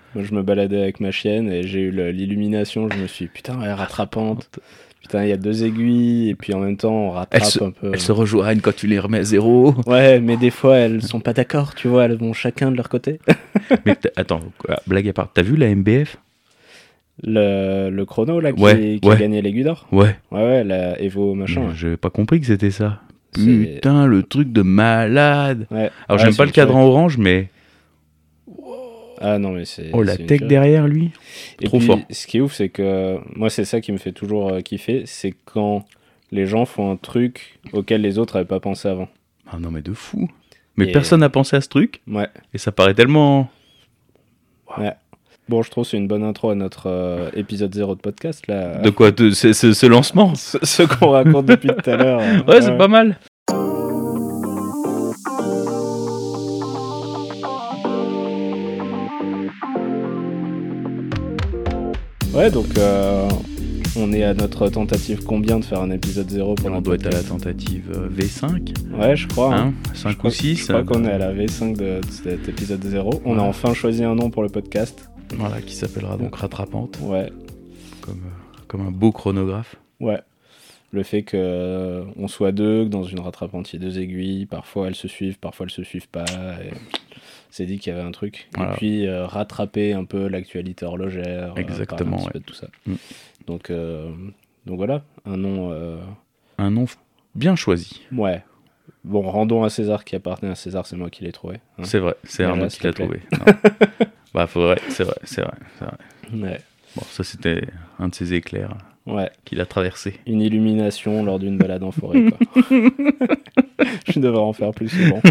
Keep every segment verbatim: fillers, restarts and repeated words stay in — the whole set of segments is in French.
Moi, je me baladais avec ma chienne et j'ai eu le- l'illumination. Je me suis dit, putain, elle est rattrapante. Putain, il y a deux aiguilles et puis en même temps, on rattrape Elles se, un peu. elles se rejoignent quand tu les remets à zéro. Ouais, mais des fois, elles sont pas d'accord, tu vois. Elles vont chacun de leur côté. Mais t'as- attends, quoi, blague à part, t'as vu la M B F? Le, le chrono, là, qui, Ouais, qui a ouais. gagné l'Aiguille d'Or. Ouais. Ouais, ouais, la Evo machin. Mais ouais. J'avais pas compris que c'était ça. C'est- Putain, le truc de malade. Ouais. Alors Ouais, j'aime c'est pas une le cadran orange, mais Ah non, mais c'est. oh la c'est une tech tuerie. derrière lui. Et Trop puis, fort. ce qui est ouf, c'est que moi, c'est ça qui me fait toujours euh, kiffer, c'est quand les gens font un truc auquel les autres n'avaient pas pensé avant. Ah non mais de fou. Mais Et- personne n'a pensé à ce truc Ouais, et ça paraît tellement. ouais. Bon, je trouve que c'est une bonne intro à notre euh, épisode zéro de podcast, là. De quoi de, c'est- c'est- ce lancement. Ce, ce qu'on raconte depuis tout à l'heure. euh, Ouais, c'est pas mal. Ouais, donc euh, on est à notre tentative combien de faire un épisode zéro pour On notre doit être à la podcast tentative euh, V cinq, Ouais, je crois. hein. hein, Je cinq crois- ou six. Je crois qu'on est à la V cinq de, de cet épisode zéro. On a Ouais. enfin choisi un nom pour le podcast. Voilà, qui s'appellera donc Rattrapante, Ouais, comme, euh, comme un beau chronographe. ouais. Le fait que euh, on soit deux, que dans une rattrapante il y ait deux aiguilles, parfois elles se suivent, parfois elles se suivent pas. Et c'est dit qu'il y avait un truc. Voilà. Et puis euh, rattraper un peu l'actualité horlogère. euh, Exactement, parler un petit ouais. peu de tout ça. Mm. Donc, euh, donc voilà, un nom. euh, Un nom f- bien choisi. Ouais. Bon, rendons à César qui appartenait à César, c'est moi qui l'ai trouvé. hein. C'est vrai, c'est Déjà, Arnaud s'il qui l'a te plaît. trouvé. Non. Bah, faudrait, c'est vrai, c'est vrai, c'est vrai. Ouais. Bon, ça c'était un de ces éclairs Ouais. qu'il a traversé. Une illumination lors d'une balade en forêt, quoi. Je devrais en faire plus souvent.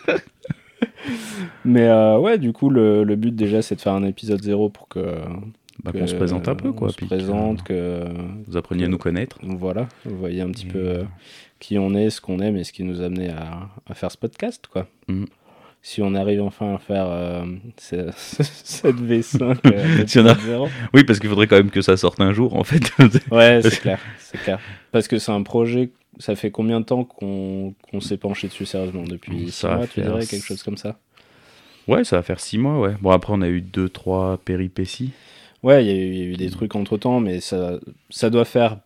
Mais euh, ouais, du coup, le, le but déjà, c'est de faire un épisode zéro pour que. Bah, que qu'on se présente un peu, quoi. On se puis que présente, que. vous appreniez à nous connaître. Voilà, vous voyez un petit Et, peu euh, qui on est, ce qu'on aime et ce qui nous a amené à, à faire ce podcast, quoi. Mhm. Si on arrive enfin à faire euh, ce- cette V cinq, euh, Si on a- épisode zéro. Oui, parce qu'il faudrait quand même que ça sorte un jour, en fait. Ouais, Parce c'est clair, c'est clair. Parce que c'est un projet, ça fait combien de temps qu'on qu'on s'est penché dessus sérieusement? Depuis six Ça va mois, tu faire dirais, s- quelque chose comme ça? Ouais, ça va faire six mois, ouais. Bon, après, on a eu deux, trois péripéties. Ouais, il y, a eu- il y a eu des trucs entre-temps, mais ça, ça doit faire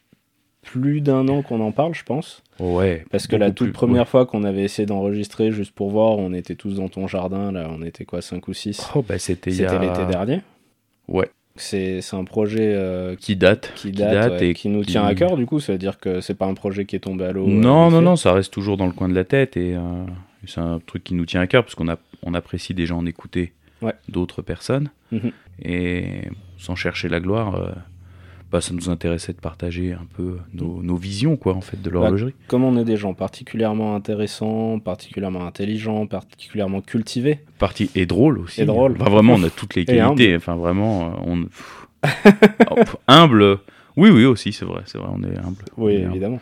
plus d'un an qu'on en parle, je pense. Ouais. Parce que la beaucoup toute plus, première ouais. fois qu'on avait essayé d'enregistrer, juste pour voir, on était tous dans ton jardin, là, on était quoi, cinq ou six? Oh, bah, c'était il y C'était a... l'été dernier. Ouais. C'est c'est un projet euh, Qui date. qui date, ouais, et qui nous qui- tient à cœur, du coup, ça veut dire que c'est pas un projet qui est tombé à l'eau. euh, Non, vite non, fait. non, ça reste toujours dans le coin de la tête et euh, c'est un truc qui nous tient à cœur parce qu'on a, on apprécie déjà en écouter Ouais. d'autres personnes Mhm. et sans chercher la gloire, euh, bah, ça nous intéressait de partager un peu nos, nos visions, quoi, en fait, de l'horlogerie. Comme on est des gens particulièrement intéressants, particulièrement intelligents, particulièrement cultivés, Partie et drôle aussi. Et drôle. Enfin, vraiment, on a toutes les Et qualités. Enfin, vraiment, euh, on. pff. Oh, pff, humble. Oui, oui, aussi, c'est vrai, c'est vrai, on est humble. oui, On est humble. évidemment.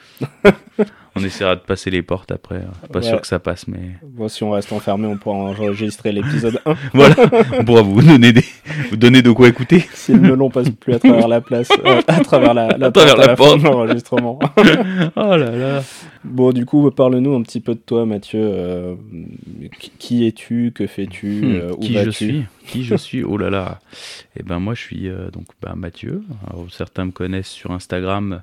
On essaiera de passer les portes après. euh, Pas Ouais. sûr que ça passe, mais Bon, si on reste enfermé, on pourra enregistrer l'épisode un. voilà, on pourra vous donner des, vous donner de quoi écouter. Si le melon passe plus à travers la place, euh, à travers la, la À travers porte à la fin porte. de l'enregistrement. Oh là là. Bon, du coup, parle-nous un petit peu de toi, Mathieu. Euh, qui, qui es-tu? Que fais-tu? Hmm, euh, où qui vas-tu? je suis Qui je suis Oh là là. Et ben moi je suis euh, donc bah, Mathieu. Alors, certains me connaissent sur Instagram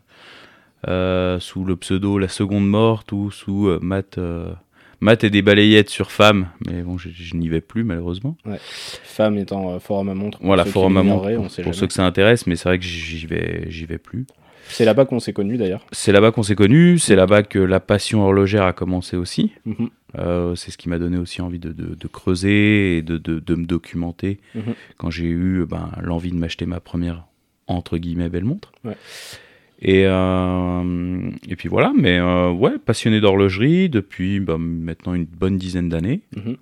euh, sous le pseudo La Seconde Morte ou sous euh, Matt, euh, Matt et des balayettes sur Femme. Mais bon, je, je n'y vais plus malheureusement. Femme étant euh, forum à montre. pour Voilà, ceux qui forum à montre l'ignoraient, pour, on sait pour jamais. ceux que ça intéresse, mais c'est vrai que j'y vais, j'y vais plus. C'est là-bas qu'on s'est connus d'ailleurs. C'est là-bas qu'on s'est connus, c'est là-bas que la passion horlogère a commencé aussi. Mhm. Euh, c'est ce qui m'a donné aussi envie de, de- de creuser et de, de- de me documenter Mhm. quand j'ai eu ben, l'envie de m'acheter ma première, entre guillemets, belle montre. Ouais. Et, euh, et puis voilà, mais euh, ouais, passionné d'horlogerie depuis ben, maintenant une bonne dizaine d'années. Mhm.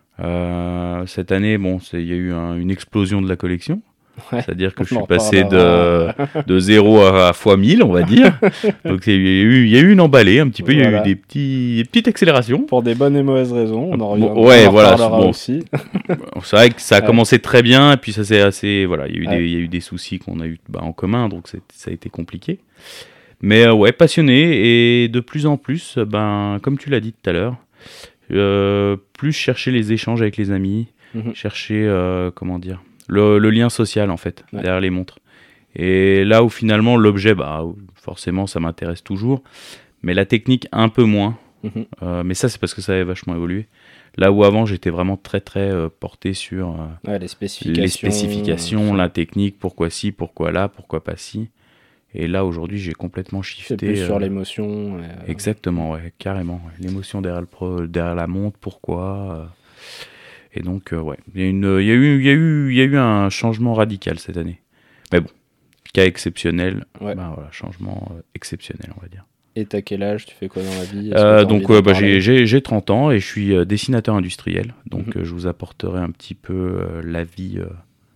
Euh, cette année, bon, c'est- il y a eu un- une explosion de la collection. Ouais. C'est-à-dire que On je en suis passé de, reparlera. de zéro à, à fois mille, on va dire. Donc il y, a eu, il y a eu une emballée un petit peu, il y a Voilà. eu des, petits, des petites accélérations. Pour des bonnes et mauvaises raisons, on en Bon, revient. ouais, on en voilà, reparlera bon. aussi. C'est vrai que ça a Ouais. commencé très bien, et puis ça s'est assez. Voilà, il y a eu, Ouais. des, il y a eu des soucis qu'on a eu bah, en commun, donc c'est- ça a été compliqué. Mais euh, ouais, passionné, et de plus en plus, ben, comme tu l'as dit tout à l'heure, euh, plus chercher les échanges avec les amis, Mhm. chercher, euh, comment dire, le, le lien social en fait, Ouais. derrière les montres. Et là où finalement l'objet, bah, forcément ça m'intéresse toujours, mais la technique un peu moins. Mhm. Euh, mais ça c'est parce que ça avait vachement évolué. Là où avant j'étais vraiment très très euh, porté sur euh, Ouais, les spécifications. les spécifications, euh, la technique, pourquoi ci, pourquoi là, pourquoi pas ci. Et là aujourd'hui j'ai complètement C'est shifté. plus sur euh, l'émotion. et, euh, Exactement, ouais, carrément. Ouais. L'émotion derrière, le pro, derrière la montre, pourquoi. euh, Et donc, euh, ouais, il y, a une- il y, a eu- il y, a eu- il y a eu un changement radical cette année. Mais bon, cas exceptionnel, Ouais. ben voilà, changement euh, exceptionnel, on va dire. Et t'as quel âge? Tu fais quoi dans la vie? Est-ce que Euh, t'as donc, envie euh, d'en bah, parler? j'ai, j'ai, j'ai trente ans et je suis euh, dessinateur industriel. Donc, Mhm. euh, je vous apporterai un petit peu euh, la vie euh,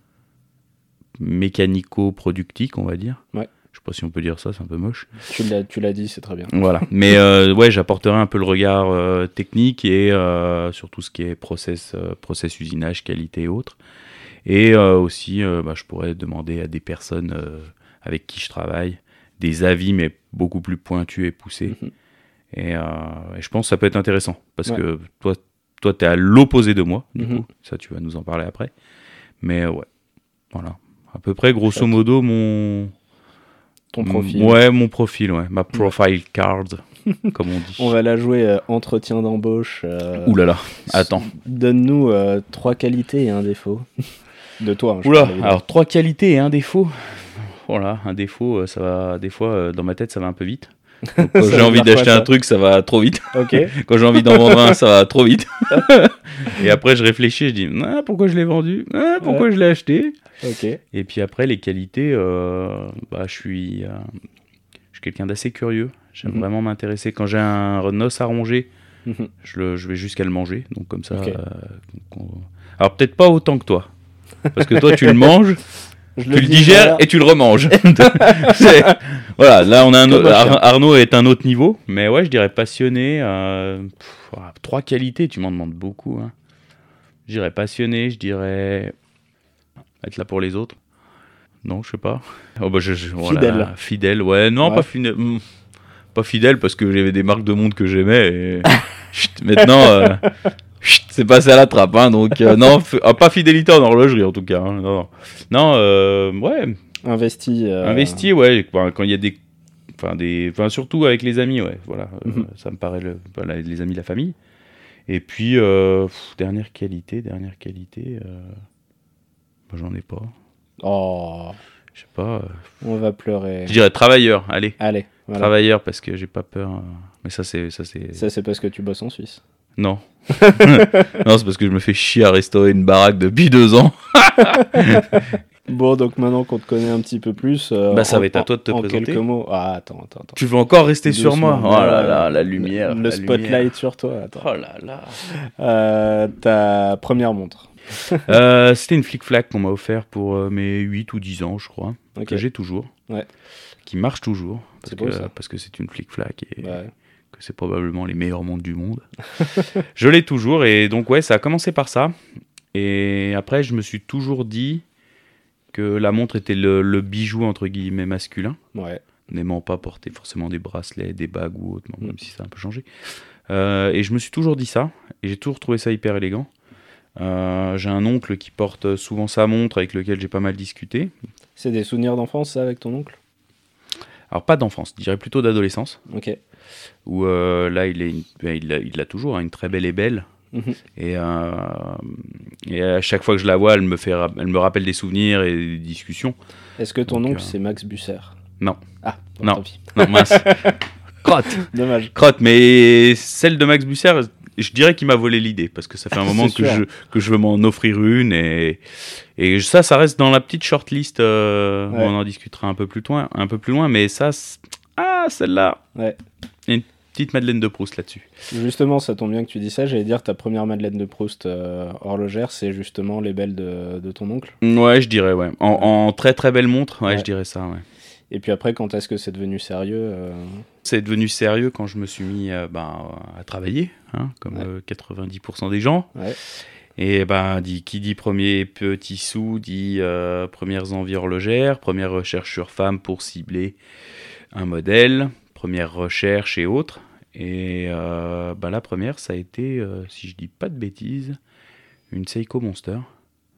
mécanico-productique, on va dire. Ouais. Je sais pas si on peut dire ça, c'est un peu moche. Tu l'as, tu l'as dit, c'est très bien. Voilà. Mais euh, ouais, j'apporterai un peu le regard euh, technique et euh, sur tout ce qui est process, euh, process usinage, qualité et autres. Et euh, aussi, euh, bah, je pourrais demander à des personnes euh, avec qui je travaille des avis, mais beaucoup plus pointus et poussés. Mhm. Et, euh, et je pense que ça peut être intéressant parce Ouais. que toi, toi, tu es à l'opposé de moi, du Mhm. coup. Ça, tu vas nous en parler après. Mais euh, ouais, voilà. À peu près, grosso Chouette. modo, mon. Ton profil. M- Ouais, mon profil, ouais. Ma profile card, comme on dit. On va la jouer euh, entretien d'embauche. euh, Ouh là là, attends. Donne-nous euh, trois qualités et un défaut. De toi, hein, je Oula, parle, évidemment. alors trois qualités et un défaut. Voilà, un défaut, euh, ça va. Des fois, euh, dans ma tête, ça va un peu vite. Donc, quand Ça j'ai veut envie dire quoi, d'acheter ça un truc, ça va trop vite. Ok. Quand j'ai envie d'en vendre un, ça va trop vite. Et après, je réfléchis, je dis ah, pourquoi je l'ai vendu ah, pourquoi Ouais. je l'ai acheté. Ok. Et puis après, les qualités, euh, bah, je suis, euh, je suis quelqu'un d'assez curieux. J'aime Mhm. vraiment m'intéresser. Quand j'ai un os à ronger, Mhm. je, le, je vais jusqu'à le manger. Donc comme ça. Ok. euh, qu'on- Alors peut-être pas autant que toi. Parce que toi, tu le manges, Je tu le dis, digères voilà. et tu le remanges. C'est- voilà, là on a un Comme autre- un chien. Ar- Arnaud est un autre niveau, mais ouais, je dirais passionné. euh, pff, voilà, trois qualités, tu m'en demandes beaucoup. Hein. Je dirais passionné, je dirais être là pour les autres. Non, je sais pas. Oh, bah, je, je- voilà, Fidèle. Fidèle, ouais, non, Ouais. pas fidèle. hmm, Pas fidèle parce que j'avais des marques de montre que j'aimais. Et... Chut, maintenant, euh, chut, c'est passé à la trappe. Hein, donc, euh, non, f- ah, pas fidélité en horlogerie en tout cas. Hein, non, non. Non, euh, ouais, Investi. euh, investi, ouais, enfin, quand il y a des. Enfin, des, enfin, surtout avec les amis, ouais, voilà, euh, Mhm. ça me paraît le, voilà, les amis, la famille. Et puis, euh, pff, dernière qualité, dernière qualité, euh, bah, j'en ai pas. Oh, Je sais pas. euh, on va pleurer. Je dirais travailleur, allez, Allez, voilà. travailleur parce que j'ai pas peur. euh, Mais ça, c'est, ça, c'est. Ça, c'est parce que tu bosses en Suisse. Non. Non, c'est parce que je me fais chier à restaurer une baraque depuis deux ans. Bon, donc maintenant qu'on te connaît un petit peu plus. euh, Bah, ça en- va être à en- toi de te en présenter. quelques mots. Ah, attends, attends, attends. Tu veux encore rester sur moi? Doucement, Oh là ouais. là, la lumière. Le la spotlight lumière. sur toi. Attends. Oh là là. Euh, ta première montre. Euh, c'était une flic-flac qu'on m'a offert pour euh, mes huit ou dix ans, je crois. Ok. Que j'ai toujours. Ouais. Qui marche toujours. Parce C'est que, beau, ça. parce que c'est une flic-flac et Ouais. que c'est probablement les meilleures montres du monde. Je l'ai toujours et donc, ouais, ça a commencé par ça. Et après, je me suis toujours dit que la montre était le, le bijou, entre guillemets, masculin. Ouais. N'aimant pas porter forcément des bracelets, des bagues ou autre, Mm. même si ça a un peu changé. Euh, et je me suis toujours dit ça, et j'ai toujours trouvé ça hyper élégant. Euh, j'ai un oncle qui porte souvent sa montre, avec lequel j'ai pas mal discuté. C'est des souvenirs d'enfance, ça, avec ton oncle? Alors pas d'enfance, je dirais plutôt d'adolescence, Ok. où euh, là il est, une- ben, il l'a il l'a toujours, hein, une très belle et belle. Mhm. Et, euh, et à chaque fois que je la vois, elle me, fait, ra- elle me rappelle des souvenirs et des discussions. Est-ce que ton Donc, oncle, euh, c'est Max Busser? Non. Ah, bon, Non. tant pis. Non, mince. Crotte. Dommage. Crotte, mais celle de Max Busser, je dirais qu'il m'a volé l'idée, parce que ça fait un moment C'est que sûr. je, que je veux m'en offrir une, et, et ça, ça reste dans la petite shortlist, euh, Ouais. on en discutera un peu plus loin, un peu plus loin mais ça, c'est- ah, celle-là, Ouais. il y a une petite Madeleine de Proust là-dessus. Justement, ça tombe bien que tu dis ça. J'allais dire, ta première Madeleine de Proust euh, horlogère, c'est justement les belles de, de ton oncle. Ouais, je dirais, ouais. En, en très très belle montre, ouais, Ouais. je dirais ça, ouais. Et puis après, quand est-ce que c'est devenu sérieux euh, C'est devenu sérieux quand je me suis mis euh, ben, à travailler, hein, comme Ouais. euh, quatre-vingt-dix pour cent des gens. Ouais. Et ben, dit, qui dit premier petit sou, dit euh, premières envies horlogères, première recherche sur femme pour cibler un modèle, première recherche et autres. Et euh, ben, la première, ça a été, euh, si je dis pas de bêtises, une Seiko Monster.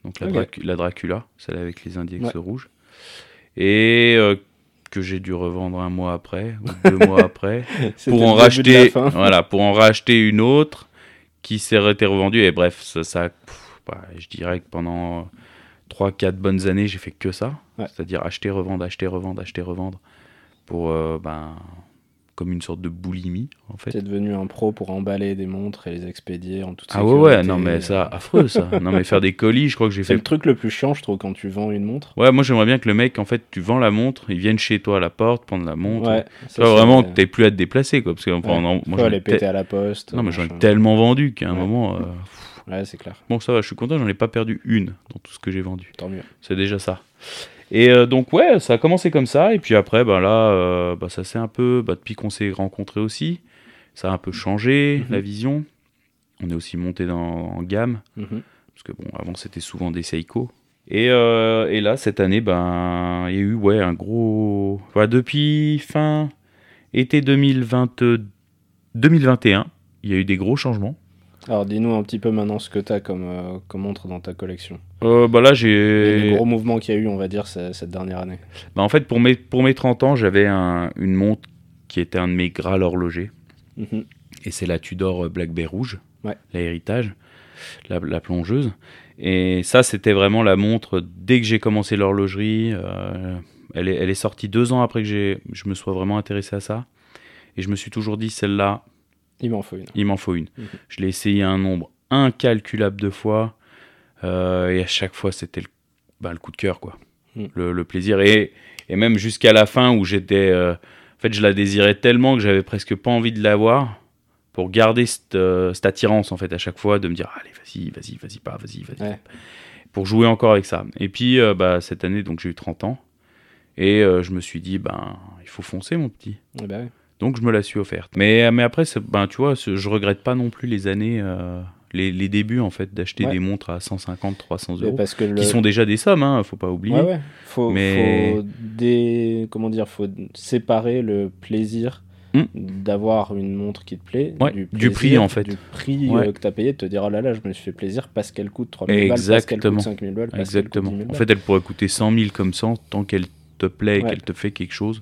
donc la, Ok. Dracu- la Dracula, celle avec les index Ouais. rouges. Et euh, que j'ai dû revendre un mois après, ou deux mois après, C'était pour en le début de la racheter, fin. voilà, pour en racheter une autre qui s'est été revendue. Et bref, ça, ça pff, bah, je dirais que pendant trois quatre bonnes années, j'ai fait que ça. Ouais. C'est-à-dire acheter, revendre, acheter, revendre, acheter, revendre. Pour, euh, ben, comme une sorte de boulimie, en fait. T'es devenu un pro pour emballer des montres et les expédier en toute Ah sécurité. ouais, ouais, non mais ça, affreux ça. Non mais faire des colis, je crois que j'ai C'est fait... le truc le plus chiant, je trouve, quand tu vends une montre. Ouais, moi j'aimerais bien que le mec, en fait, tu vends la montre, il vienne chez toi à la porte, prendre la montre. Ouais, Tu ça, vois, c'est- vraiment que t'aies plus à te déplacer, quoi. Parce que, enfin, Ouais. non, Faut moi j'en ai aller péter te- à la poste. Non mais j'en ai machin. tellement vendu qu'à un Ouais. moment... euh, Ouais, c'est clair. Bon, ça va, je suis content, j'en ai pas perdu une dans tout ce que j'ai vendu. Tant mieux. C'est déjà ça. Et euh, donc, ouais, ça a commencé comme ça. Et puis après, bah, là, euh, bah, ça s'est un peu. Bah, depuis qu'on s'est rencontrés aussi, ça a un peu changé, Mhm. la vision. On est aussi monté dans, en gamme. Mhm. Parce que, bon, avant, c'était souvent des Seiko. Et, euh, et là, cette année, ben, il y a eu ouais, un gros. Voilà, depuis fin été deux mille vingt, deux mille vingt et un, il y a eu des gros changements. Alors, dis-nous un petit peu maintenant ce que t'as comme, euh, comme montre dans ta collection. Euh, bah là, Les, j'ai. les gros mouvements qu'il y a eu, on va dire, ce- cette dernière année. Bah, en fait, pour mes, pour mes trente ans, j'avais un- une montre qui était un de mes Graal horlogers. Mhm. Et c'est la Tudor Black Bay rouge, Ouais. la héritage, la, la plongeuse. Et ça, c'était vraiment la montre, dès que j'ai commencé l'horlogerie, euh, elle, est, elle est sortie deux ans après que j'ai, je me sois vraiment intéressé à ça. Et je me suis toujours dit, celle-là, Il m'en faut une. il m'en faut une. Mhm. Je l'ai essayé un nombre incalculable de fois. euh, et à chaque fois, c'était le, bah, le coup de cœur, quoi. Mhm. Le, le plaisir. Et, et même jusqu'à la fin où j'étais... euh, en fait, je la désirais tellement que j'avais presque pas envie de l'avoir pour garder cette, euh, cette attirance, en fait, à chaque fois, de me dire, allez, vas-y, vas-y, vas-y pas, vas-y, vas-y. Ouais. Pour jouer encore avec ça. Et puis, euh, bah, cette année, donc j'ai eu trente ans. Et euh, je me suis dit, ben, il faut foncer, mon petit. Eh ben oui. Donc, je me la suis offerte. Mais, mais après, c'est- ben, tu vois, c'est- je regrette pas non plus les années, euh, les, les débuts, en fait, d'acheter Ouais. des montres à cent cinquante, trois cents Mais euros. parce que le... Qui sont déjà des sommes, hein, faut pas oublier. Ouais, ouais. Faut, Mais- faut dé... comment dire, faut séparer le plaisir Hmm. d'avoir une montre qui te plaît Ouais, du, du plaisir, prix, en fait. du prix Ouais. euh, que t'as payé, de te dire oh là là, je me suis fait plaisir parce qu'elle coûte trois mille balles, parce qu'elle Exactement. coûte cinq mille balles, parce qu'elle coûte Exactement. dix mille En balles. fait, elle pourrait coûter cent mille comme ça, tant qu'elle te plaît et Ouais. qu'elle te fait quelque chose.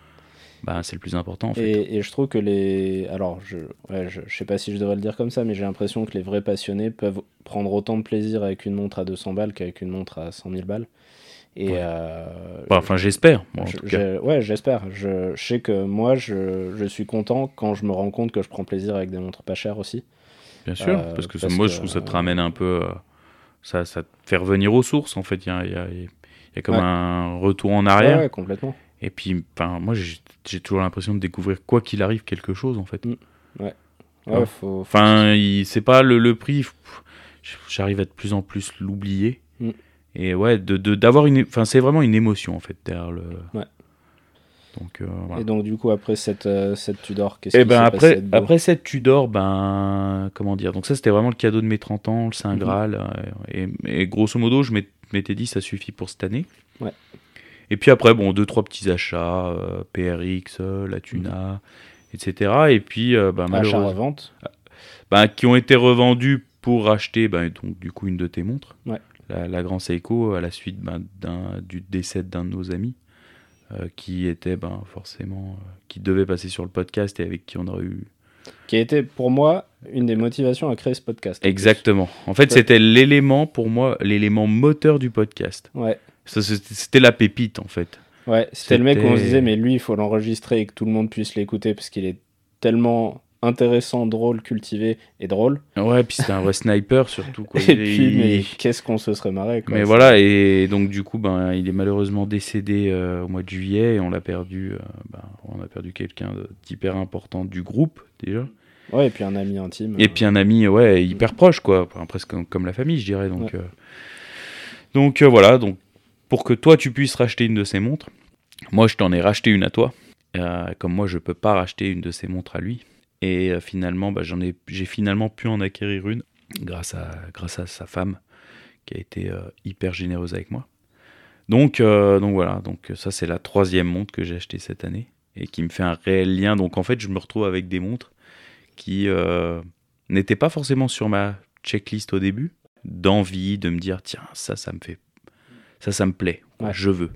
Bah, c'est le plus important, en fait. Et, et je trouve que les. Alors, je, ouais, je, je sais pas si je devrais le dire comme ça, mais j'ai l'impression que les vrais passionnés peuvent prendre autant de plaisir avec une montre à deux cents balles qu'avec une montre à cent mille balles. Et. Ouais. euh, Bah, enfin, j'espère, moi, en je- tout cas. j'ai- ouais, j'espère. Je, je sais que moi, je, je suis content quand je me rends compte que je prends plaisir avec des montres pas chères aussi. Bien sûr, Euh, parce que ça, parce moi, que, je trouve que ça te euh, ramène un peu... euh, ça, ça te fait revenir aux sources, en fait. Il y a, il y a- il y a comme Ouais. un retour en Ouais, arrière. ouais, complètement. Et puis, enfin, moi, j'ai j'ai toujours l'impression de découvrir, quoi qu'il arrive, quelque chose, en fait. Mm. Ouais, Ouais. faut, faut- Enfin, il- c'est pas le, le prix. pff, J'arrive à de plus en plus l'oublier. Mm. Et ouais, de, de- d'avoir une. Enfin, c'est vraiment une émotion, en fait, derrière le. Ouais. Donc, euh, voilà. Et donc, du coup, après cette, euh, cette Tudor, qu'est-ce Et qui ben s'est passé après, de beau après cette Tudor, ben comment dire. Donc ça c'était vraiment le cadeau de mes trente ans, le Saint Mhm. Graal. euh, et, et grosso modo, je m'ét- m'étais dit ça suffit pour cette année. Ouais. Et puis après, bon, deux trois petits achats, euh, P R X, euh, la Tuna, et cetera. Et puis euh, ben, Achat malheureusement, revente. ben, qui ont été revendus pour acheter ben, donc du coup une de tes montres, Ouais. la, la Grand Seiko, à la suite ben, d'un, du décès d'un de nos amis. euh, qui était ben, forcément euh, qui devait passer sur le podcast et avec qui on aurait eu Qui a été pour moi une des motivations à créer ce podcast. en exactement. En fait, Ouais. c'était l'élément pour moi, l'élément moteur du podcast. plus. Ouais, Ça, C'était c'était la pépite en fait. ouais. C'était le mec où on se C'était- disait, mais lui, il faut l'enregistrer et que tout le monde puisse l'écouter parce qu'il est tellement intéressant, drôle, cultivé et drôle. Ouais, puis c'était un vrai sniper surtout. Quoi. Et Il- puis, il- mais qu'est-ce qu'on se serait marré, quoi. mais C'est- voilà, et donc du coup, ben, il est malheureusement décédé euh, au mois de juillet et on l'a perdu. euh, ben, on a perdu quelqu'un de- d'hyper important du groupe déjà. Ouais, et puis un ami intime. Et euh, puis un ami, ouais, hyper proche, quoi, Enfin, presque comme, comme la famille, je dirais. Donc, Ouais. euh, donc euh, voilà. Donc pour que toi tu puisses racheter une de ces montres, moi je t'en ai racheté une à toi. Euh, comme moi je peux pas racheter une de ces montres à lui. Et euh, finalement, bah, j'en ai, j'ai finalement pu en acquérir une grâce à, grâce à sa femme qui a été euh, hyper généreuse avec moi. Donc, euh, donc voilà. Donc ça c'est la troisième montre que j'ai achetée cette année et qui me fait un réel lien. Donc en fait je me retrouve avec des montres qui euh, n'étaient pas forcément sur ma checklist au début, d'envie, de me dire tiens, ça, ça me fait, ça, ça me plaît, quoi, Ouais. je veux.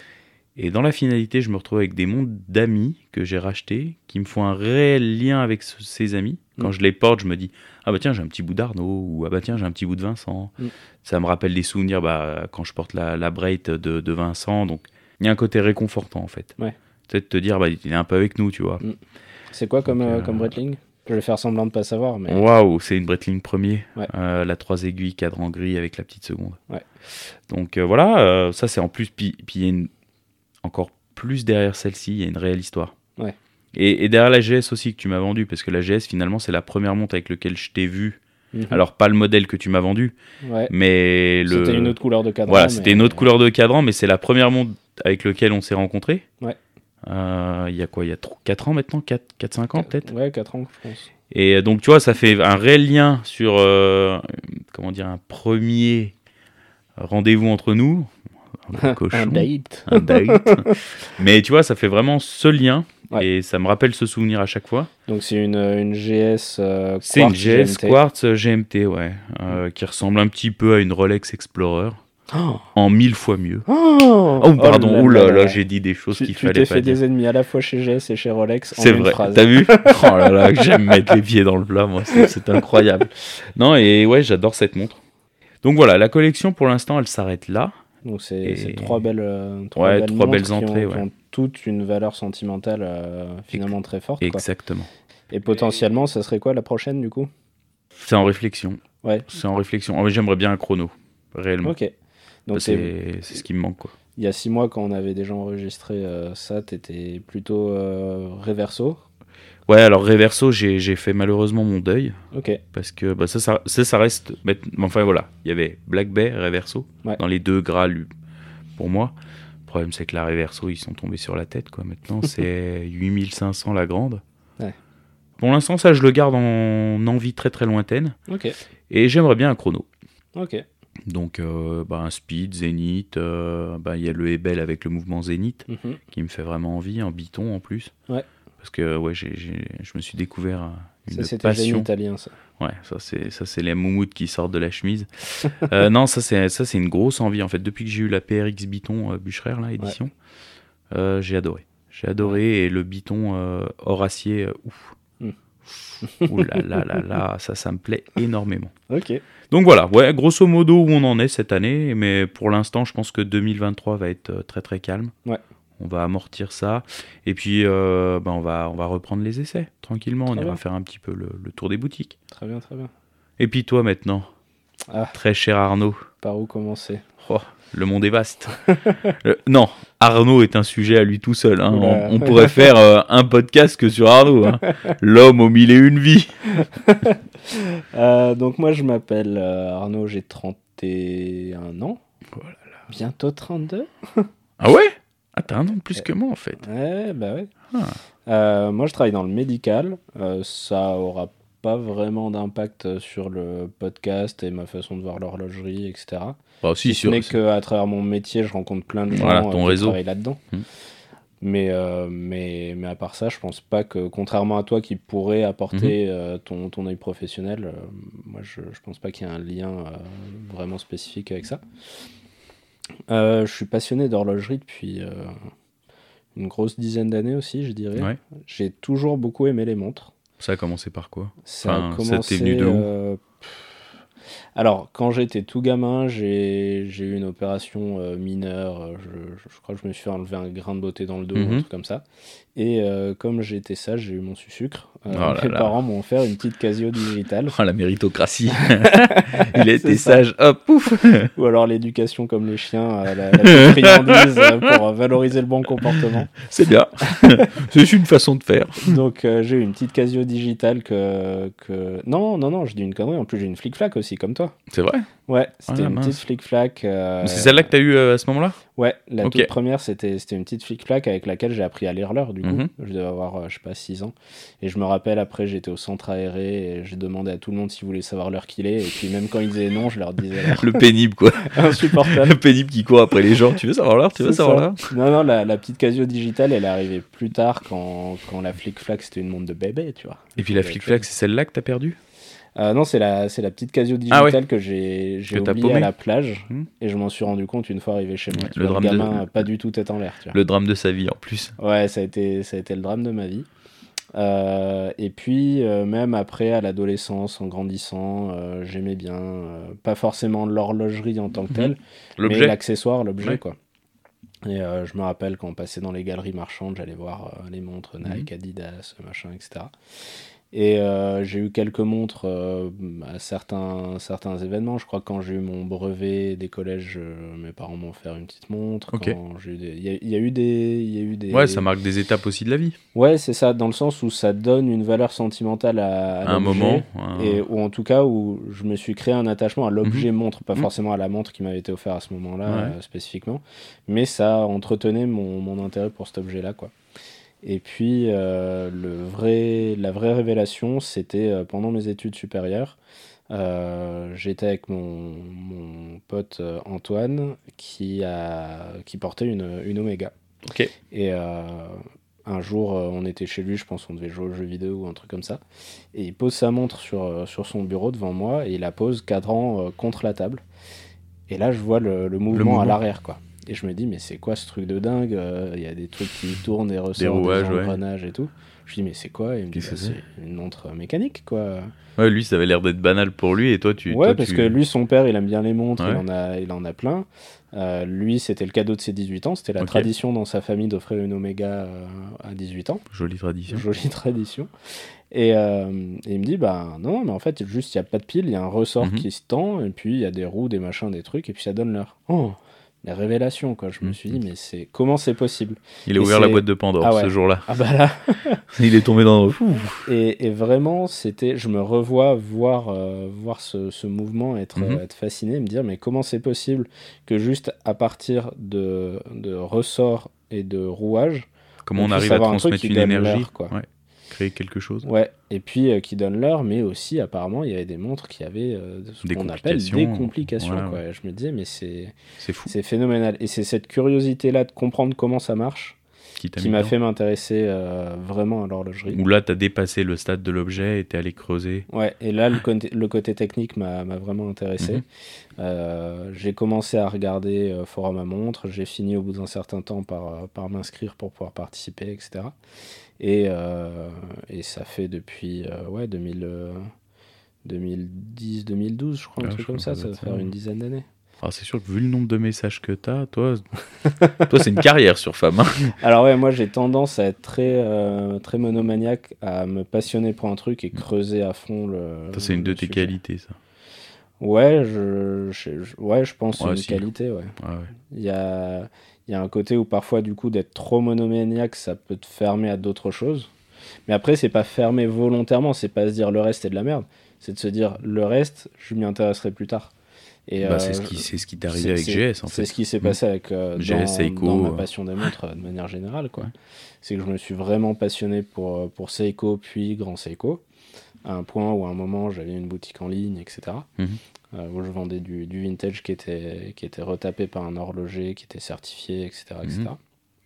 Et dans la finalité, je me retrouve avec des montres d'amis que j'ai rachetés, qui me font un réel lien avec ce- ces amis. Quand Mm. je les porte, je me dis ah bah tiens, j'ai un petit bout d'Arnaud, ou ah bah tiens, j'ai un petit bout de Vincent. Mm. Ça me rappelle des souvenirs bah, quand je porte la, la Breite de, de Vincent. Donc il y a un côté réconfortant en fait. Ouais. Peut-être te dire bah, il est un peu avec nous, tu vois. Mm. C'est quoi comme, Donc, euh, euh, comme Breitling? Je vais faire semblant de pas savoir, mais... Waouh, c'est une Breitling premier. Ouais. Euh, la trois aiguilles, cadran gris avec la petite seconde. Ouais. Donc euh, voilà, euh, ça c'est en plus. Puis puis il y a une... encore plus derrière celle-ci, il y a une réelle histoire. Ouais. Et, et derrière la G S aussi que tu m'as vendu, parce que la G S finalement c'est la première montre avec laquelle je t'ai vu. Mhm. Alors pas le modèle que tu m'as vendu, Ouais. mais le. C'était une autre couleur de cadran. Voilà, mais- c'était une autre couleur de cadran, mais c'est la première montre avec laquelle on s'est rencontrés. Ouais. Euh, Il y a quoi? Il y a quatre ans maintenant, quatre cinq ans peut-être. Ouais, quatre ans, je pense. Et donc, tu vois, ça fait un réel lien sur, euh, comment dire, un premier rendez-vous entre nous. Un cochon. Un date. Un date. Mais tu vois, ça fait vraiment ce lien. Ouais. Et ça me rappelle ce souvenir à chaque fois. Donc c'est une, une G S euh, C'est une Quartz G S G M T. Quartz G M T, ouais. euh, qui ressemble un petit peu à une Rolex Explorer. Oh, En mille fois mieux. oh, Oh, pardon, là oh là là là, là. j'ai dit des choses Tu, qu'il tu fallait t'es pas fait dire. des ennemis à la fois chez G S et chez Rolex en C'est une vrai, phrase. t'as vu? Oh là là, que j'aime mettre les pieds dans le plat, moi, c'est c'est incroyable. Non, et ouais, j'adore cette montre. Donc voilà, la collection pour l'instant, elle s'arrête là. Donc c'est Et- c'est trois belles, euh, trois Ouais, belles trois montres belles qui ont- entrées, qui ouais. ont toutes une valeur sentimentale euh, finalement très forte. Quoi. Exactement. Et potentiellement, ça serait quoi la prochaine du coup? C'est en réflexion. Ouais. C'est en réflexion. Ah, mais j'aimerais bien un chrono, réellement. Ok. Donc Bah, c'est- c'est c'est ce qui me manque, quoi. il y a six mois quand on avait déjà enregistré euh, ça, t'étais plutôt euh, Reverso. Ouais, alors Reverso, j'ai j'ai fait malheureusement mon deuil. Ok. Parce que bah, ça, ça, ça, ça reste. mais- Enfin voilà, il y avait Black Bay, Reverso, Ouais. dans les deux gras lu- pour moi. Le problème, c'est que la Reverso, ils sont tombés sur la tête, quoi. Maintenant, c'est huit mille cinq cents la grande. Ouais. Pour l'instant, ça, je le garde en envie très très lointaine. Ok. Et j'aimerais bien un chrono. Ok. Donc, euh, bah, un Speed, Zénith. euh, bah, il y a le Ebel avec le mouvement Zénith Mhm. qui me fait vraiment envie, en biton en plus. Ouais. Parce que ouais, j'ai, j'ai- je me suis découvert euh, une Ça c'était génie passion. italien ça. Ouais, ça c'est ça c'est les moumoutes qui sortent de la chemise. Euh, non, ça c'est ça c'est une grosse envie en fait. Depuis que j'ai eu la P R X Biton euh, Bucherer là édition, euh, j'ai adoré. J'ai adoré et le Biton euh, hors acier, euh, ouf. Mm. Ouh là là là là, ça ça me plaît énormément. Ok. Donc voilà, ouais, grosso modo où on en est cette année, mais pour l'instant je pense que deux mille vingt-trois va être euh, très très calme. Ouais. On va amortir ça et puis euh, ben on va on va reprendre les essais tranquillement. Très on ira bien. faire un petit peu le, le tour des boutiques. Très bien, très bien. Et puis toi maintenant, Ah. très cher Arnaud, Par où commencer? oh, le monde est vaste. Euh, non, Arnaud est un sujet à lui tout seul. Hein. Oula. On, on pourrait faire euh, un podcast que sur Arnaud. Hein. L'homme aux mille et une vies. Euh, donc moi je m'appelle euh, Arnaud, j'ai trente et un ans. Oh là Bientôt trente-deux. Ah ouais? Ah t'as un an de plus que moi en fait. Ouais, bah ouais. Ah. Euh, moi je travaille dans le médical. Euh, ça aura pas vraiment d'impact sur le podcast et ma façon de voir l'horlogerie, et cetera. Bah, si, Si ce sur- n'est qu'à travers mon métier, je rencontre plein de gens Voilà, euh, ton qui réseau. travaillent là-dedans. Mm. Mais, euh, mais, mais à part ça, je pense pas que, contrairement à toi qui pourrait apporter Mhm. euh, ton, ton œil professionnel, euh, moi je, je pense pas qu'il y ait un lien euh, vraiment spécifique avec ça. Euh, je suis passionné d'horlogerie depuis euh, une grosse dizaine d'années aussi, je dirais. Ouais. J'ai toujours beaucoup aimé les montres. Ça a commencé par quoi? Ça a Enfin, ça commencé. t'est venu de où? euh, Alors, quand j'étais tout gamin, j'ai j'ai eu une opération euh, mineure. euh, Je, je crois que je me suis fait enlever un grain de beauté dans le dos, Mhm. un truc comme ça. Et euh, comme j'étais sage, j'ai eu mon sucre. Euh, Oh là mes là. parents m'ont offert une petite Casio digitale. Oh, la méritocratie. Il a C'est été ça. sage, hop, pouf. Ou alors l'éducation comme les chiens, euh, la, la petite friandise euh, pour euh, valoriser le bon comportement. C'est bien. C'est une façon de faire. Donc euh, j'ai eu une petite Casio digitale que, que... Non, non, non, je dis une connerie. En plus, j'ai une flic-flac aussi, comme toi. C'est vrai? Ouais, c'était Ah, une mince. petite flic-flac. euh, C'est celle-là que t'as eu euh, à ce moment-là? Ouais, la Ok. toute première, c'était c'était une petite flic-flac avec laquelle j'ai appris à lire l'heure, du coup. Mhm. Je devais avoir, euh, je sais pas, six ans. Et je me rappelle, après, j'étais au centre aéré et j'ai demandé à tout le monde s'ils voulaient savoir l'heure qu'il est. Et puis même quand ils disaient non, je leur disais l'heure. Le pénible, quoi. Insupportable. Le pénible qui court après les gens. Tu veux savoir l'heure? Tu veux C'est savoir ça. l'heure? Non, non, la, la petite Casio digitale, elle est arrivée plus tard quand, quand la flic-flac, c'était une montre de bébé, tu vois. Et puis la Ouais, flic-flac, c'est celle-là que t'as perdue? Euh, non, c'est la, c'est la petite Casio Ah digitale ouais. que j'ai, j'ai Que t'as oubliée paumé. à la plage Hmm. et je m'en suis rendu compte une fois arrivé chez moi. Ouais, Tu le vois, le drame de- gamin a pas du tout tête en l'air. Tu vois. Le drame de sa vie en plus. Ouais, ça a été, ça a été le drame de ma vie. Euh, et puis, euh, même après, à l'adolescence, en grandissant, euh, j'aimais bien, euh, pas forcément l'horlogerie en tant que Mhm. telle, mais L'objet. l'accessoire, l'objet, Ouais. quoi. Et euh, je me rappelle quand on passait dans les galeries marchandes, j'allais voir euh, les montres Nike, Mhm. Adidas, machin, et cetera. Et euh, j'ai eu quelques montres euh, à certains, certains événements. Je crois que quand j'ai eu mon brevet des collèges, euh, mes parents m'ont offert une petite montre. Ok. Quand j'ai eu des... il y a, il y a eu des, il y a eu Ouais, ça des... marque des étapes aussi de la vie. Ouais, c'est ça, dans le sens où ça donne une valeur sentimentale à, à À un moment. l'objet, un- et ou en tout cas où je me suis créé un attachement à l'objet Mhm. montre, pas Mhm. forcément à la montre qui m'avait été offerte à ce moment-là Ouais. euh, spécifiquement, mais ça entretenait mon, mon intérêt pour cet objet-là, quoi. Et puis euh, le vrai, la vraie révélation, c'était euh, pendant mes études supérieures. Euh, j'étais avec mon, mon pote euh, Antoine qui, a, qui portait une, une Omega. Ok. Et euh, un jour, euh, on était chez lui, je pense on devait jouer aux jeux vidéo ou un truc comme ça. Et il pose sa montre sur, euh, sur son bureau devant moi et il la pose cadrant euh, contre la table. Et là, je vois le, le mouvement mouvement. à l'arrière, quoi. Et je me dis, mais c'est quoi ce truc de dingue? Euh, Il y a des trucs qui tournent, des ressorts, des, rouages, ouais. engrenages et tout. Je dis, mais c'est quoi? Et il me dit, Qu'est-ce bah, que c'est c'est une montre mécanique, quoi. Ouais, lui, ça avait l'air d'être banal pour lui et toi, tu. Ouais, toi, parce tu... que lui, son père, il aime bien les montres, il Ouais. en a, il en a plein. Euh, lui, c'était le cadeau de ses dix-huit ans. C'était la Ok. tradition dans sa famille d'offrir une Omega euh, à dix-huit ans. Jolie tradition. Jolie tradition. Et, euh, et il me dit, bah non, mais en fait, juste, il n'y a pas de pile, il y a un ressort Mhm. qui se tend, et puis il y a des roues, des machins, des trucs, et puis ça donne l'heure. Oh, les révélations, quoi. Je me Mhm. suis dit, mais c'est comment c'est possible? Il a Et ouvert la c'est- boîte de Pandore Ah ouais. ce jour-là. Ah bah là. Il est tombé dans. Fou. Et, et vraiment, c'était, je me revois voir, euh, voir ce, ce mouvement, être, Mhm. euh, être fasciné, me dire, mais comment c'est possible que juste à partir de, de ressorts et de rouages, Comment on on puisse arrive à avoir un truc transmettre qui une donne énergie. l'heure, quoi. Ouais. Créer quelque chose. Ouais, et puis euh, qui donne l'heure, mais aussi apparemment il y avait des montres qui avaient euh, ce Des qu'on appelle complications. des complications. Voilà, quoi. ouais. Et je me disais, mais c'est C'est fou. c'est phénoménal. Et c'est cette curiosité-là de comprendre comment ça marche Qui t'a qui mis m'a dedans. fait m'intéresser euh, vraiment à l'horlogerie. Où là, t'as dépassé le stade de l'objet et t'es allé creuser. Ouais, et là le côté, le côté technique m'a m'a vraiment intéressé. Mhm. Euh, j'ai commencé à regarder euh, Forum à montre, j'ai fini au bout d'un certain temps par, euh, par m'inscrire pour pouvoir participer, et cetera. Et, euh, et ça fait depuis euh, ouais, deux mille, euh, deux mille dix deux mille douze, je crois, un Ah, truc je comme crois ça, que ça ça doit va être faire ça, une ouais. dizaine d'années. Ah, c'est sûr que vu le nombre de messages que t'as, toi, toi c'est une carrière sur femme. Hein. Alors ouais, moi j'ai tendance à être très, euh, très monomaniaque, à me passionner pour un truc et creuser à fond le Ça, c'est une de le tes sujet. qualités, ça. Ouais, je, je, je- ouais, je pense que Ouais, c'est une si. qualité, ouais. Ouais, ouais. Il y a, il y a un côté où parfois, du coup, d'être trop monomaniaque, ça peut te fermer à d'autres choses. Mais après, c'est pas fermer volontairement, c'est pas se dire le reste est de la merde. C'est de se dire le reste, je m'y intéresserai plus tard. Et Bah, euh, c'est ce qui, c'est ce qui t'est arrivé c'est- avec c'est- G S, en fait. C'est ce qui s'est Mm. passé avec euh, G S, dans, Seiko, dans ma euh. passion des montres euh, de manière générale, quoi. Ouais. C'est que je me suis vraiment passionné pour, euh, pour Seiko, puis Grand Seiko, à un point où à un moment j'avais une boutique en ligne, et cetera. Mhm. Euh, où je vendais du, du vintage qui était, qui était retapé par un horloger, qui était certifié, et cetera. et cetera.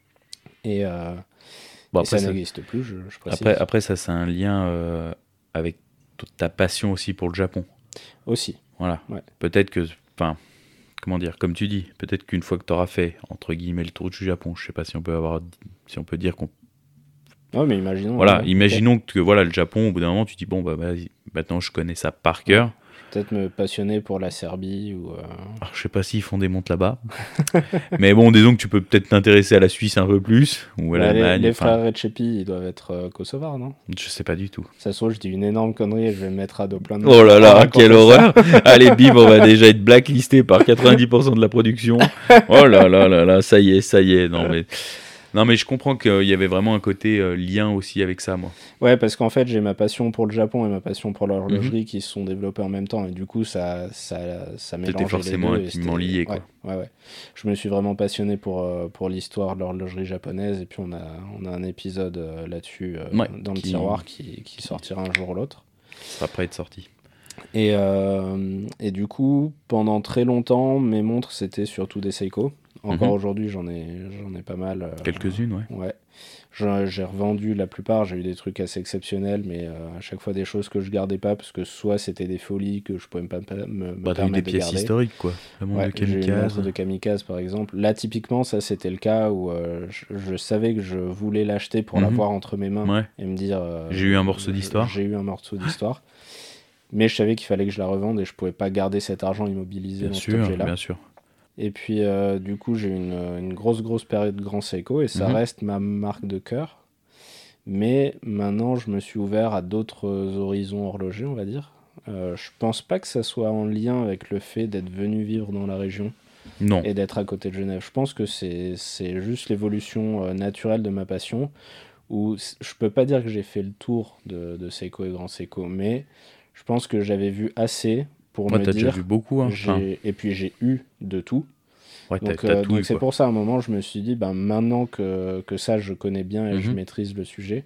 Et, euh, Bon, et ça après, ça, n'existe plus, je, je précise. après, après, ça, c'est un lien euh, avec t- ta passion aussi pour le Japon. Aussi. Voilà. Ouais. Peut-être que, enfin, comment dire, comme tu dis, peut-être qu'une fois que tu auras fait, entre guillemets, le tour du Japon, je sais pas si on peut avoir, si on peut dire qu'on. Ouais, mais imaginons. Voilà, ouais, imaginons que voilà, le Japon, au bout d'un moment, tu dis, bon, bah, vas-y, maintenant je connais ça par cœur. peut-être me passionner pour la Serbie ou. euh, Alors, je sais pas s'ils font des montres là-bas. Mais bon, disons que tu peux peut-être t'intéresser à la Suisse un peu plus, ou à bah, les, l'Allemagne. les enfin, frères Redchepi, ils doivent être euh, kosovars, non? je sais pas du tout. Ça se trouve, je dis une énorme connerie et je vais me mettre à dos plein de. Oh là à là, raconter quelle ça. horreur! Allez, bim, on va déjà être blacklisté par quatre-vingt-dix pour cent de la production. Oh là là là là, ça y est, ça y est. Non mais, non, mais je comprends qu'il y avait vraiment un côté euh, lien aussi avec ça, moi. Ouais, parce qu'en fait, j'ai ma passion pour le Japon et ma passion pour l'horlogerie Mhm. qui se sont développées en même temps. Et du coup, ça, ça, ça mélangeait T'étais forcément les deux. et intimement c'était- lié, quoi. Ouais, ouais, ouais. Je me suis vraiment passionné pour, euh, pour l'histoire de l'horlogerie japonaise. Et puis, on a, on a un épisode euh, là-dessus euh, Ouais, dans le qui- tiroir qui, qui sortira un jour ou l'autre. Ça sera prêt à être sorti. Et, euh, et du coup, pendant très longtemps, mes montres, c'était surtout des Seiko. Encore Mhm. aujourd'hui, j'en ai, j'en ai pas mal. euh, Quelques-unes, ouais. Ouais. J'en- J'ai revendu la plupart, j'ai eu des trucs assez exceptionnels, mais euh, à chaque fois des choses que je gardais pas, parce que soit c'était des folies que je pouvais pas me, me, me Bah, t'as eu des permettre de pièces garder. historiques, quoi. La montre Ouais, de j'ai eu une montre kamikaze. de kamikaze par exemple. Là, typiquement, ça c'était le cas où euh, je, je savais que je voulais l'acheter pour Mhm. l'avoir entre mes mains Ouais. et me dire euh, J'ai eu un morceau je- d'histoire. j'ai eu un morceau d'histoire. Mais je savais qu'il fallait que je la revende et je pouvais pas garder cet argent immobilisé Bien dans cet sûr, objet-là. bien sûr. Et puis, euh, du coup, j'ai eu une, une grosse, grosse période de Grand Seiko et ça Mhm. reste ma marque de cœur. Mais maintenant, je me suis ouvert à d'autres horizons horlogers, on va dire. Euh, je pense pas que ça soit en lien avec le fait d'être venu vivre dans la région Non. et d'être à côté de Genève. Je pense que c'est c'est juste l'évolution euh, naturelle de ma passion. Où c- je peux pas dire que j'ai fait le tour de, de Seiko et Grand Seiko, mais je pense que j'avais vu assez pour Ouais, me t'as déjà vu dire. beaucoup, hein. Enfin, J'ai et puis j'ai eu de tout. ouais, t'as Donc, t'as euh, tout donc eu, c'est quoi. pour ça, à un moment, je me suis dit, ben, maintenant que, que ça, je connais bien et je Mhm. maîtrise le sujet,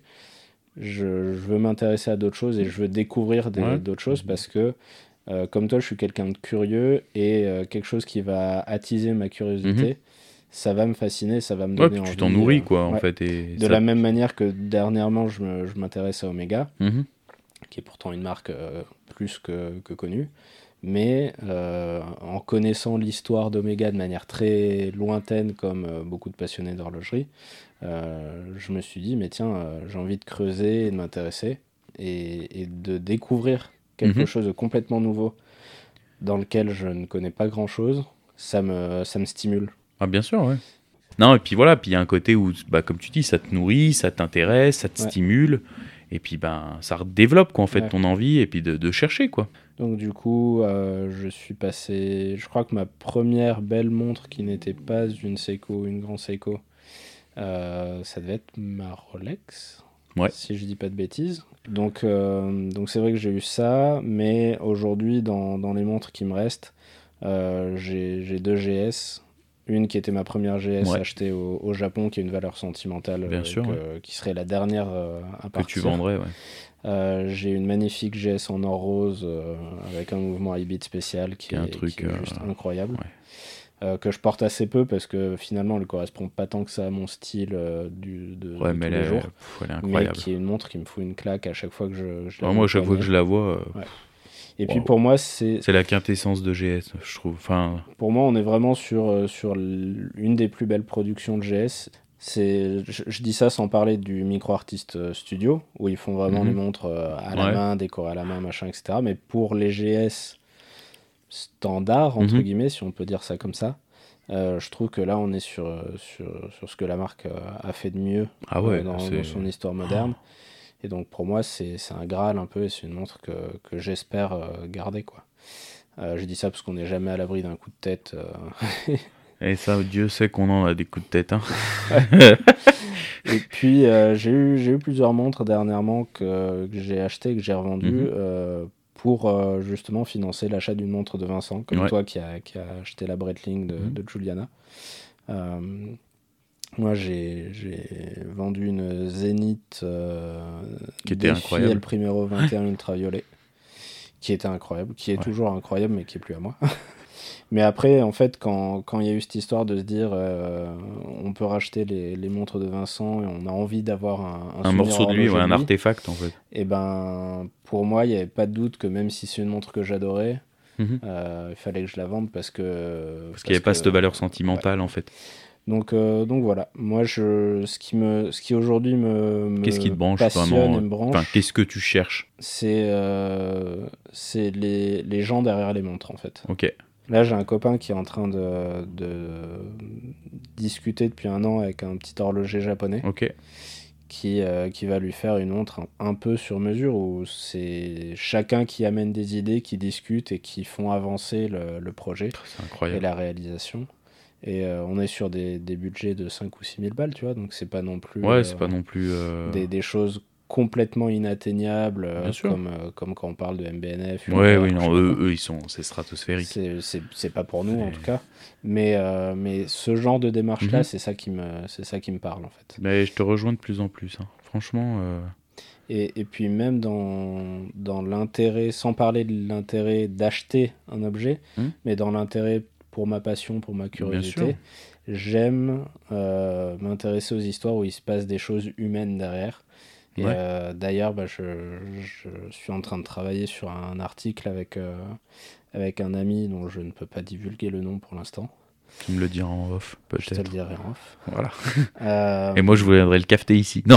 je, je veux m'intéresser à d'autres choses et je veux découvrir des- Ouais. d'autres choses parce que, euh, comme toi, je suis quelqu'un de curieux et euh, quelque chose qui va attiser ma Mhm. curiosité, ça va me fasciner, ça va me Ouais, donner puis tu envie. t'en euh, nourris, quoi, en ouais. fait. Et De ça. la même manière que dernièrement, je me- je m'intéresse à Omega, Mhm. qui est pourtant une marque euh, plus que, que connue. Mais euh, en connaissant l'histoire d'Omega de manière très lointaine, comme euh, beaucoup de passionnés d'horlogerie, euh, je me suis dit, mais tiens, euh, j'ai envie de creuser et de m'intéresser et, et de découvrir quelque Mhm. chose de complètement nouveau dans lequel je ne connais pas grand-chose. Ça me, ça me stimule. Ah, bien sûr, ouais. Non, et puis voilà, puis il y a un côté où, bah, comme tu dis, ça te nourrit, ça t'intéresse, ça te Ouais, stimule, et puis ben, ça développe, quoi, en fait, ouais. ton envie, et puis de, de chercher, quoi. Donc du coup, euh, je suis passé. Je crois que ma première belle montre qui n'était pas une Seiko, une Grand Seiko, euh, ça devait être ma Rolex, Ouais. si je dis pas de bêtises. Donc euh, donc c'est vrai que j'ai eu ça, mais aujourd'hui dans, dans les montres qui me restent, euh, j'ai j'ai deux G S. Une qui était ma première G S Ouais, achetée au, au Japon, qui a une valeur sentimentale bien euh, sûr, ouais. que- qui serait la dernière euh, à Que tu partir. vendrais, ouais. Euh, j'ai une magnifique G S en or rose euh, avec un mouvement high beat spécial qui Qui est un est, truc. qui est euh, juste incroyable. Ouais. Euh, que je porte assez peu parce que finalement elle correspond pas tant que ça à mon style euh, du, de, Ouais, de mais tous elle les est, jours, pff, elle est mais incroyable. qui est une montre qui me fout une claque à chaque fois que je, je la Ouais, mets moi, au à chaque fois que poignet. je la vois, euh, Ouais. Et puis waouh. pour moi, c'est C'est la quintessence de G S, je trouve. Enfin, pour moi on est vraiment sur, euh, sur l- une des plus belles productions de G S. C'est, je, je dis ça sans parler du Micro Artist euh, Studio, où ils font vraiment les mhm. montres euh, à la Ouais. main, décorées à la main, machin, et cetera. Mais pour les G S standards, entre Mhm. guillemets, si on peut dire ça comme ça, euh, je trouve que là, on est sur, euh, sur, sur ce que la marque euh, a fait de mieux Ah euh, ouais, dans, dans c'est. son histoire moderne. Et donc, pour moi, c'est c'est un Graal un peu, et c'est une montre que, que j'espère euh, garder, quoi. Euh, je dis ça parce qu'on n'est jamais à l'abri d'un coup de tête. euh. Et ça, Dieu sait qu'on en a des coups de tête, hein. Et puis, euh, j'ai eu, j'ai eu plusieurs montres dernièrement que, que j'ai achetées, que j'ai revendues Mhm. euh, pour euh, justement financer l'achat d'une montre de Vincent, comme Ouais. toi qui a, qui a acheté la Breitling de, Mhm. de Giuliana. Euh, moi, j'ai j'ai vendu une Zenith euh, Qui était Défi El incroyable. Primero vingt et un Ultraviolet, qui était incroyable, qui est Ouais. toujours incroyable, mais qui est plus à moi. Mais après, en fait, quand quand il y a eu cette histoire de se dire euh, on peut racheter les, les montres de Vincent et on a envie d'avoir un, un Un souvenir morceau de lui, horloger ouais, de un lui, artefact, en fait. et ben pour moi, il n'y avait pas de doute que même si c'est une montre que j'adorais, Mhm. euh, il fallait que je la vende parce que Parce qu'il n'y parce avait pas que cette valeur ouais. sentimentale, en fait. Donc, euh, donc voilà, moi je, ce qui, me, ce qui aujourd'hui me, Qu'est-ce qui te me branche passionne vraiment? et euh, me Enfin, branche, qu'est-ce que tu cherches? c'est euh, c'est les, les gens derrière les montres en fait. Ok. Là j'ai un copain qui est en train de, de discuter depuis un an avec un petit horloger japonais Ok. qui, euh, qui va lui faire une montre un, un peu sur mesure où c'est chacun qui amène des idées, qui discutent et qui font avancer le, le projet C'est et incroyable. la réalisation. Et euh, on est sur des, des budgets de cinq ou six mille balles, tu vois, donc c'est pas non plus Ouais, euh, c'est pas non plus. euh, des, des choses complètement inatteignables Bien euh, sûr. comme, euh, comme quand on parle de M B N F, Ouais, Humbert oui, ou je sais non, pas eux, quoi. eux, ils sont, c'est stratosphérique. C'est, c'est, c'est pas pour nous en tout C'est- cas. Mais, euh, mais ce genre de démarche-là, Mhm. c'est ça qui me, c'est ça qui me parle en fait. Mais je te rejoins de plus en plus, hein. Franchement, euh, Et, et puis même dans, dans l'intérêt, sans parler de l'intérêt d'acheter un objet, hmm, mais dans l'intérêt pour ma passion, pour ma bien sûr. curiosité, j'aime euh, m'intéresser aux histoires où il se passe des choses humaines derrière. Et Ouais. euh, d'ailleurs, bah, je, je suis en train de travailler sur un article avec, euh, avec un ami dont je ne peux pas divulguer le nom pour l'instant. Tu me le diras en off, Je te le peut-être. dirai en off. Voilà. Euh, Et moi, je viendrai le cafeter ici. Non.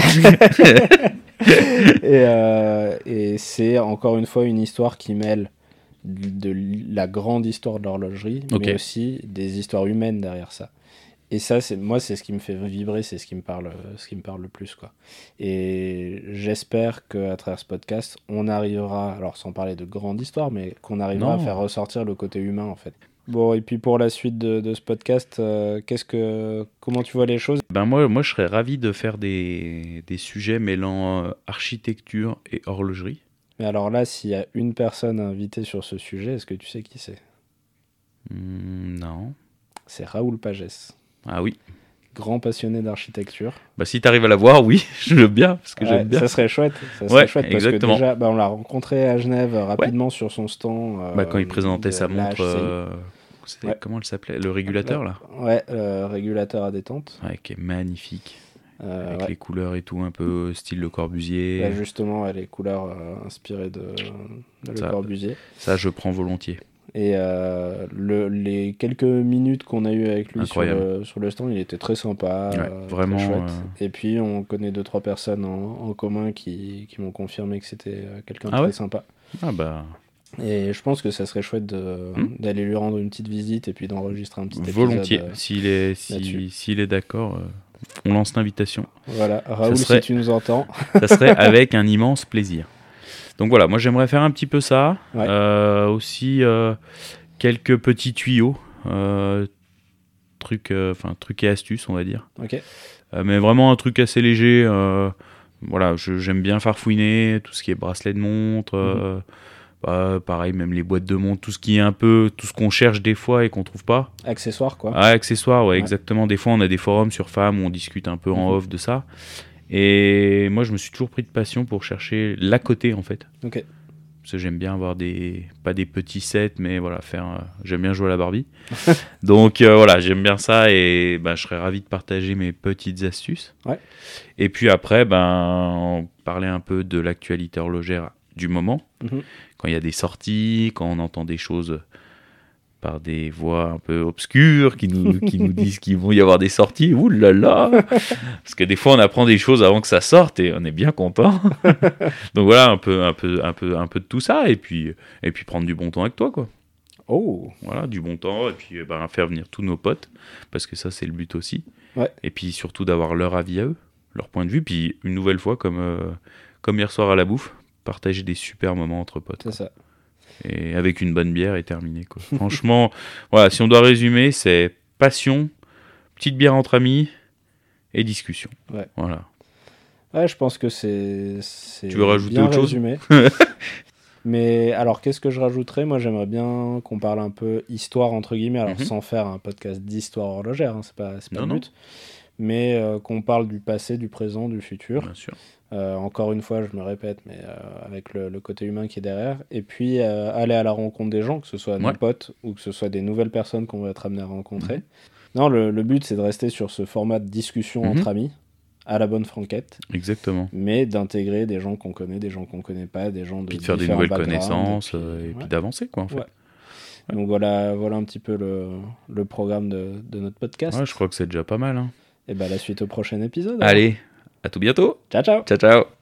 et euh, et c'est encore une fois une histoire qui mêle de la grande histoire de l'horlogerie, Ok. mais aussi des histoires humaines derrière ça. Et ça, c'est moi, c'est ce qui me fait vibrer, c'est ce qui me parle, ce qui me parle le plus, quoi. Et j'espère qu'à travers ce podcast, on arrivera, alors sans parler de grande histoire, mais qu'on arrivera Non. à faire ressortir le côté humain, en fait. Bon, et puis pour la suite de, de ce podcast, euh, qu'est-ce que, comment tu vois les choses? Ben moi, moi, je serais ravi de faire des, des sujets mêlant euh, architecture et horlogerie. Mais alors là, s'il y a une personne invitée sur ce sujet, est-ce que tu sais qui c'est? Hmm, non. C'est Raoul Pagès, Ah oui. grand passionné d'architecture. Bah si t'arrives à la voir, oui, je veux bien, parce que Ouais, j'aime bien. ça serait chouette, ça serait Ouais, chouette parce exactement. que déjà, bah, on l'a rencontré à Genève euh, rapidement sur son stand. euh, Bah, quand il présentait de sa montre, l'A H C I. euh, c'était- Ouais. comment elle s'appelait? Le régulateur, là? Ouais, euh, régulateur à détente. Ouais, qui est magnifique. Euh, Avec ouais. les couleurs et tout, un peu style Le Corbusier. Là, justement, ouais, les couleurs euh, inspirées de, de Le Ça- Corbusier. Ça, je prends volontiers. Et euh, le, les quelques minutes qu'on a eues avec lui sur Incroyable. le, sur le stand, il était très sympa, Ouais, euh, vraiment, très chouette. euh, Et puis, on connaît deux, trois personnes en, en commun qui, qui m'ont confirmé que c'était euh, quelqu'un de Ah très ouais sympa. Ah bah, Et je pense que ça serait chouette de, Hmm. d'aller lui rendre une petite visite et puis d'enregistrer un petit épisode. volontiers. euh, S'il est, si- là-dessus. s'il est d'accord, euh, on lance l'invitation. Voilà, Raoul, serait- si tu nous entends. Ça serait avec un immense plaisir. Donc voilà, moi j'aimerais faire un petit peu ça. Ouais. Euh, aussi euh, quelques petits tuyaux, euh, trucs, euh, enfin trucs et astuces, on va dire. Ok. Euh, mais vraiment un truc assez léger. euh, voilà, je- j'aime bien farfouiner tout ce qui est bracelet de montre. euh, bah, pareil, même les boîtes de montre, tout ce qui est un peu, tout ce qu'on cherche des fois et qu'on trouve pas. Accessoires, quoi. Ah, accessoires, ouais, Ouais. exactement. Des fois, on a des forums sur femmes où on discute un peu en Mhm. off de ça. Et moi, je me suis toujours pris de passion pour chercher l'à côté, en fait. Ok. Parce que j'aime bien avoir des, pas des petits sets, mais voilà, faire. euh, j'aime bien jouer à la Barbie. Donc euh, voilà, j'aime bien ça et ben, je serais ravi de partager mes petites astuces. Ouais. Et puis après, ben, parler un peu de l'actualité horlogère du moment. Mhm. Quand il y a des sorties, quand on entend des choses par des voix un peu obscures qui nous, qui nous disent qu'il vont y avoir des sorties. Ouh là là. Parce que des fois, on apprend des choses avant que ça sorte et on est bien content. Donc voilà, un peu, un peu, un peu, un peu de tout ça et puis, et puis prendre du bon temps avec toi, quoi. Oh. Voilà, du bon temps et puis ben, faire venir tous nos potes parce que ça, c'est le but aussi. Ouais. Et puis surtout d'avoir leur avis à eux, leur point de vue. Puis une nouvelle fois, comme, euh, comme hier soir à la bouffe, partager des super moments entre potes. C'est ça. Et avec une bonne bière et terminé, quoi. Franchement, voilà, si on doit résumer, c'est passion, petite bière entre amis et discussion. Ouais. Voilà. Ouais, je pense que c'est. c'est Tu veux rajouter bien autre chose résumé. Mais alors, qu'est-ce que je rajouterais? Moi, j'aimerais bien qu'on parle un peu histoire, entre guillemets, alors Mhm. sans faire un podcast d'histoire horlogère, hein, c'est pas, c'est pas Non, le non. but. Mais euh, qu'on parle du passé, du présent, du futur. Bien sûr. Euh, encore une fois, je me répète, mais euh, avec le, le côté humain qui est derrière. Et puis, euh, aller à la rencontre des gens, que ce soit nos Ouais. potes ou que ce soit des nouvelles personnes qu'on va être amené à rencontrer. Mhm. Non, le, le but, c'est de rester sur ce format de discussion Mhm. entre amis, à la bonne franquette, Exactement. mais d'intégrer des gens qu'on connaît, des gens qu'on connaît pas, des gens de Puis de faire des différents nouvelles backgrounds, connaissances et puis, euh, et ouais. puis d'avancer, quoi, en fait. Ouais. Donc voilà, voilà un petit peu le, le programme de, de notre podcast. Ouais, je crois que c'est déjà pas mal. Hein. Et bah la suite au prochain épisode. alors. Allez, à tout bientôt. Ciao, ciao. Ciao, ciao.